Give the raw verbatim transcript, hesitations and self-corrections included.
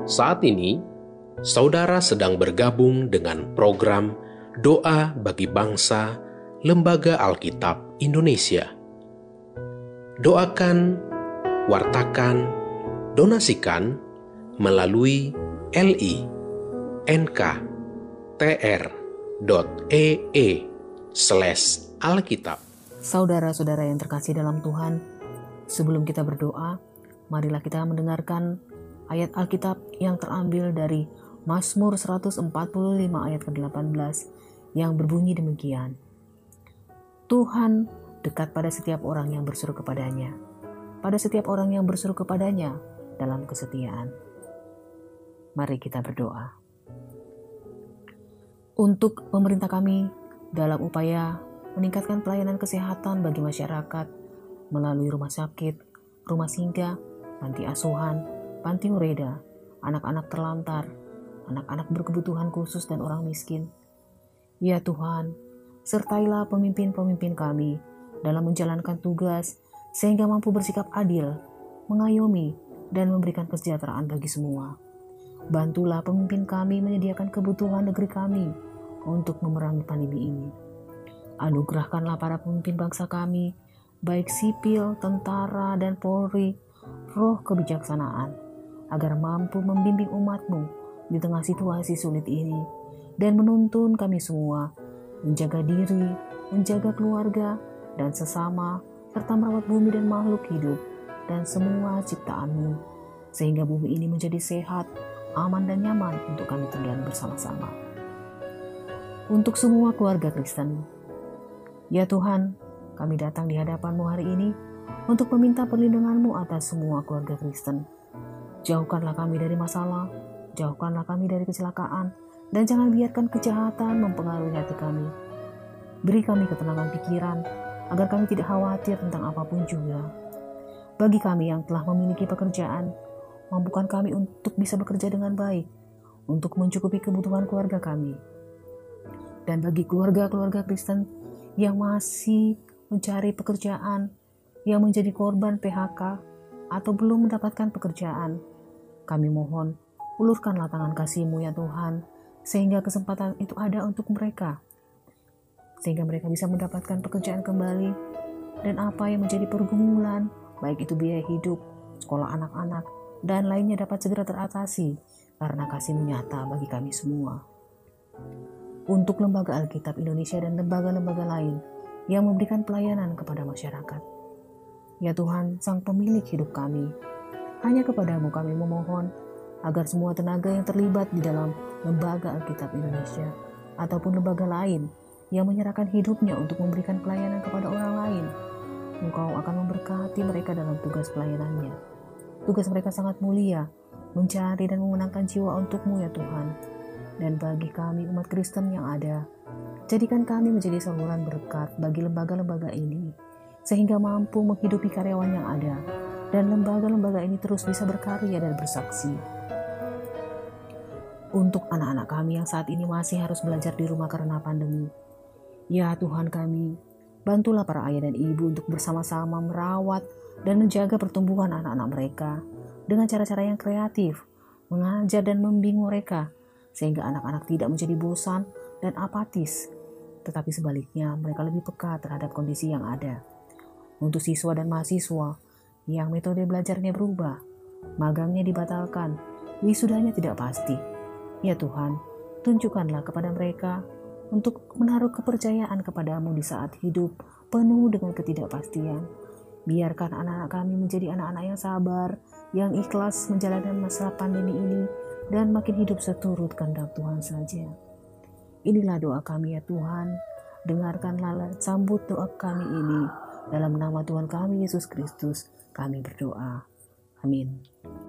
Saat ini, saudara sedang bergabung dengan program Doa bagi Bangsa Lembaga Alkitab Indonesia. Doakan, wartakan, donasikan melalui li nkTR.ee slash Alkitab. Saudara-saudara yang terkasih dalam Tuhan, sebelum kita berdoa, marilah kita mendengarkan ayat Alkitab yang terambil dari Mazmur seratus empat puluh lima ayat ke delapan belas yang berbunyi demikian. Tuhan dekat pada setiap orang yang berseru kepadanya, pada setiap orang yang berseru kepadanya dalam kesetiaan. Mari kita berdoa. Untuk pemerintah kami dalam upaya meningkatkan pelayanan kesehatan bagi masyarakat melalui rumah sakit, rumah singgah, panti asuhan, panti ureda, anak-anak terlantar, anak-anak berkebutuhan khusus dan orang miskin. Ya Tuhan, sertailah pemimpin-pemimpin kami dalam menjalankan tugas sehingga mampu bersikap adil, mengayomi, dan memberikan kesejahteraan bagi semua. Bantulah pemimpin kami menyediakan kebutuhan negeri kami untuk memerangi pandemi ini. Anugerahkanlah para pemimpin bangsa kami, baik sipil, tentara, dan Polri, roh kebijaksanaan, agar mampu membimbing umat-Mu di tengah situasi sulit ini, dan menuntun kami semua menjaga diri, menjaga keluarga, dan sesama, serta merawat bumi dan makhluk hidup, dan semua ciptaan-Mu, sehingga bumi ini menjadi sehat, aman, dan nyaman untuk kami tinggal bersama-sama. Untuk semua keluarga Kristen, ya Tuhan, kami datang di hadapan-Mu hari ini untuk meminta perlindungan-Mu atas semua keluarga Kristen. Jauhkanlah kami dari masalah, jauhkanlah kami dari kecelakaan, dan jangan biarkan kejahatan mempengaruhi hati kami. Beri kami ketenangan pikiran, agar kami tidak khawatir tentang apapun juga. Bagi kami yang telah memiliki pekerjaan, mampukan kami untuk bisa bekerja dengan baik, untuk mencukupi kebutuhan keluarga kami. Dan bagi keluarga-keluarga Kristen yang masih mencari pekerjaan, yang menjadi korban P H K atau belum mendapatkan pekerjaan, kami mohon ulurkanlah tangan kasih-Mu ya Tuhan, sehingga kesempatan itu ada untuk mereka, sehingga mereka bisa mendapatkan pekerjaan kembali, dan apa yang menjadi pergumulan, baik itu biaya hidup, sekolah anak-anak, dan lainnya dapat segera teratasi karena kasih-Mu nyata bagi kami semua. Untuk Lembaga Alkitab Indonesia dan lembaga-lembaga lain yang memberikan pelayanan kepada masyarakat. Ya Tuhan, Sang Pemilik hidup kami, hanya kepada-Mu kami memohon agar semua tenaga yang terlibat di dalam Lembaga Alkitab Indonesia ataupun lembaga lain yang menyerahkan hidupnya untuk memberikan pelayanan kepada orang lain, Engkau akan memberkati mereka dalam tugas pelayanannya. Tugas mereka sangat mulia, mencari dan memenangkan jiwa untuk-Mu ya Tuhan. Dan bagi kami umat Kristen yang ada, jadikan kami menjadi saluran berkat bagi lembaga-lembaga ini, sehingga mampu menghidupi karyawan yang ada, dan lembaga-lembaga ini terus bisa berkarya dan bersaksi. Untuk anak-anak kami yang saat ini masih harus belajar di rumah karena pandemi, ya Tuhan kami, bantulah para ayah dan ibu untuk bersama-sama merawat dan menjaga pertumbuhan anak-anak mereka dengan cara-cara yang kreatif, mengajar dan membimbing mereka, sehingga anak-anak tidak menjadi bosan dan apatis, tetapi sebaliknya mereka lebih peka terhadap kondisi yang ada. Untuk siswa dan mahasiswa yang metode belajarnya berubah, magangnya dibatalkan, wisudanya tidak pasti, ya Tuhan, tunjukkanlah kepada mereka untuk menaruh kepercayaan kepada-Mu di saat hidup penuh dengan ketidakpastian. Biarkan anak-anak kami menjadi anak-anak yang sabar, yang ikhlas menjalankan masa pandemi ini, dan makin hidup seturut kehendak Tuhan saja. Inilah doa kami ya Tuhan, dengarkanlah, sambut doa kami ini. Dalam nama Tuhan kami Yesus Kristus, kami berdoa. Amin.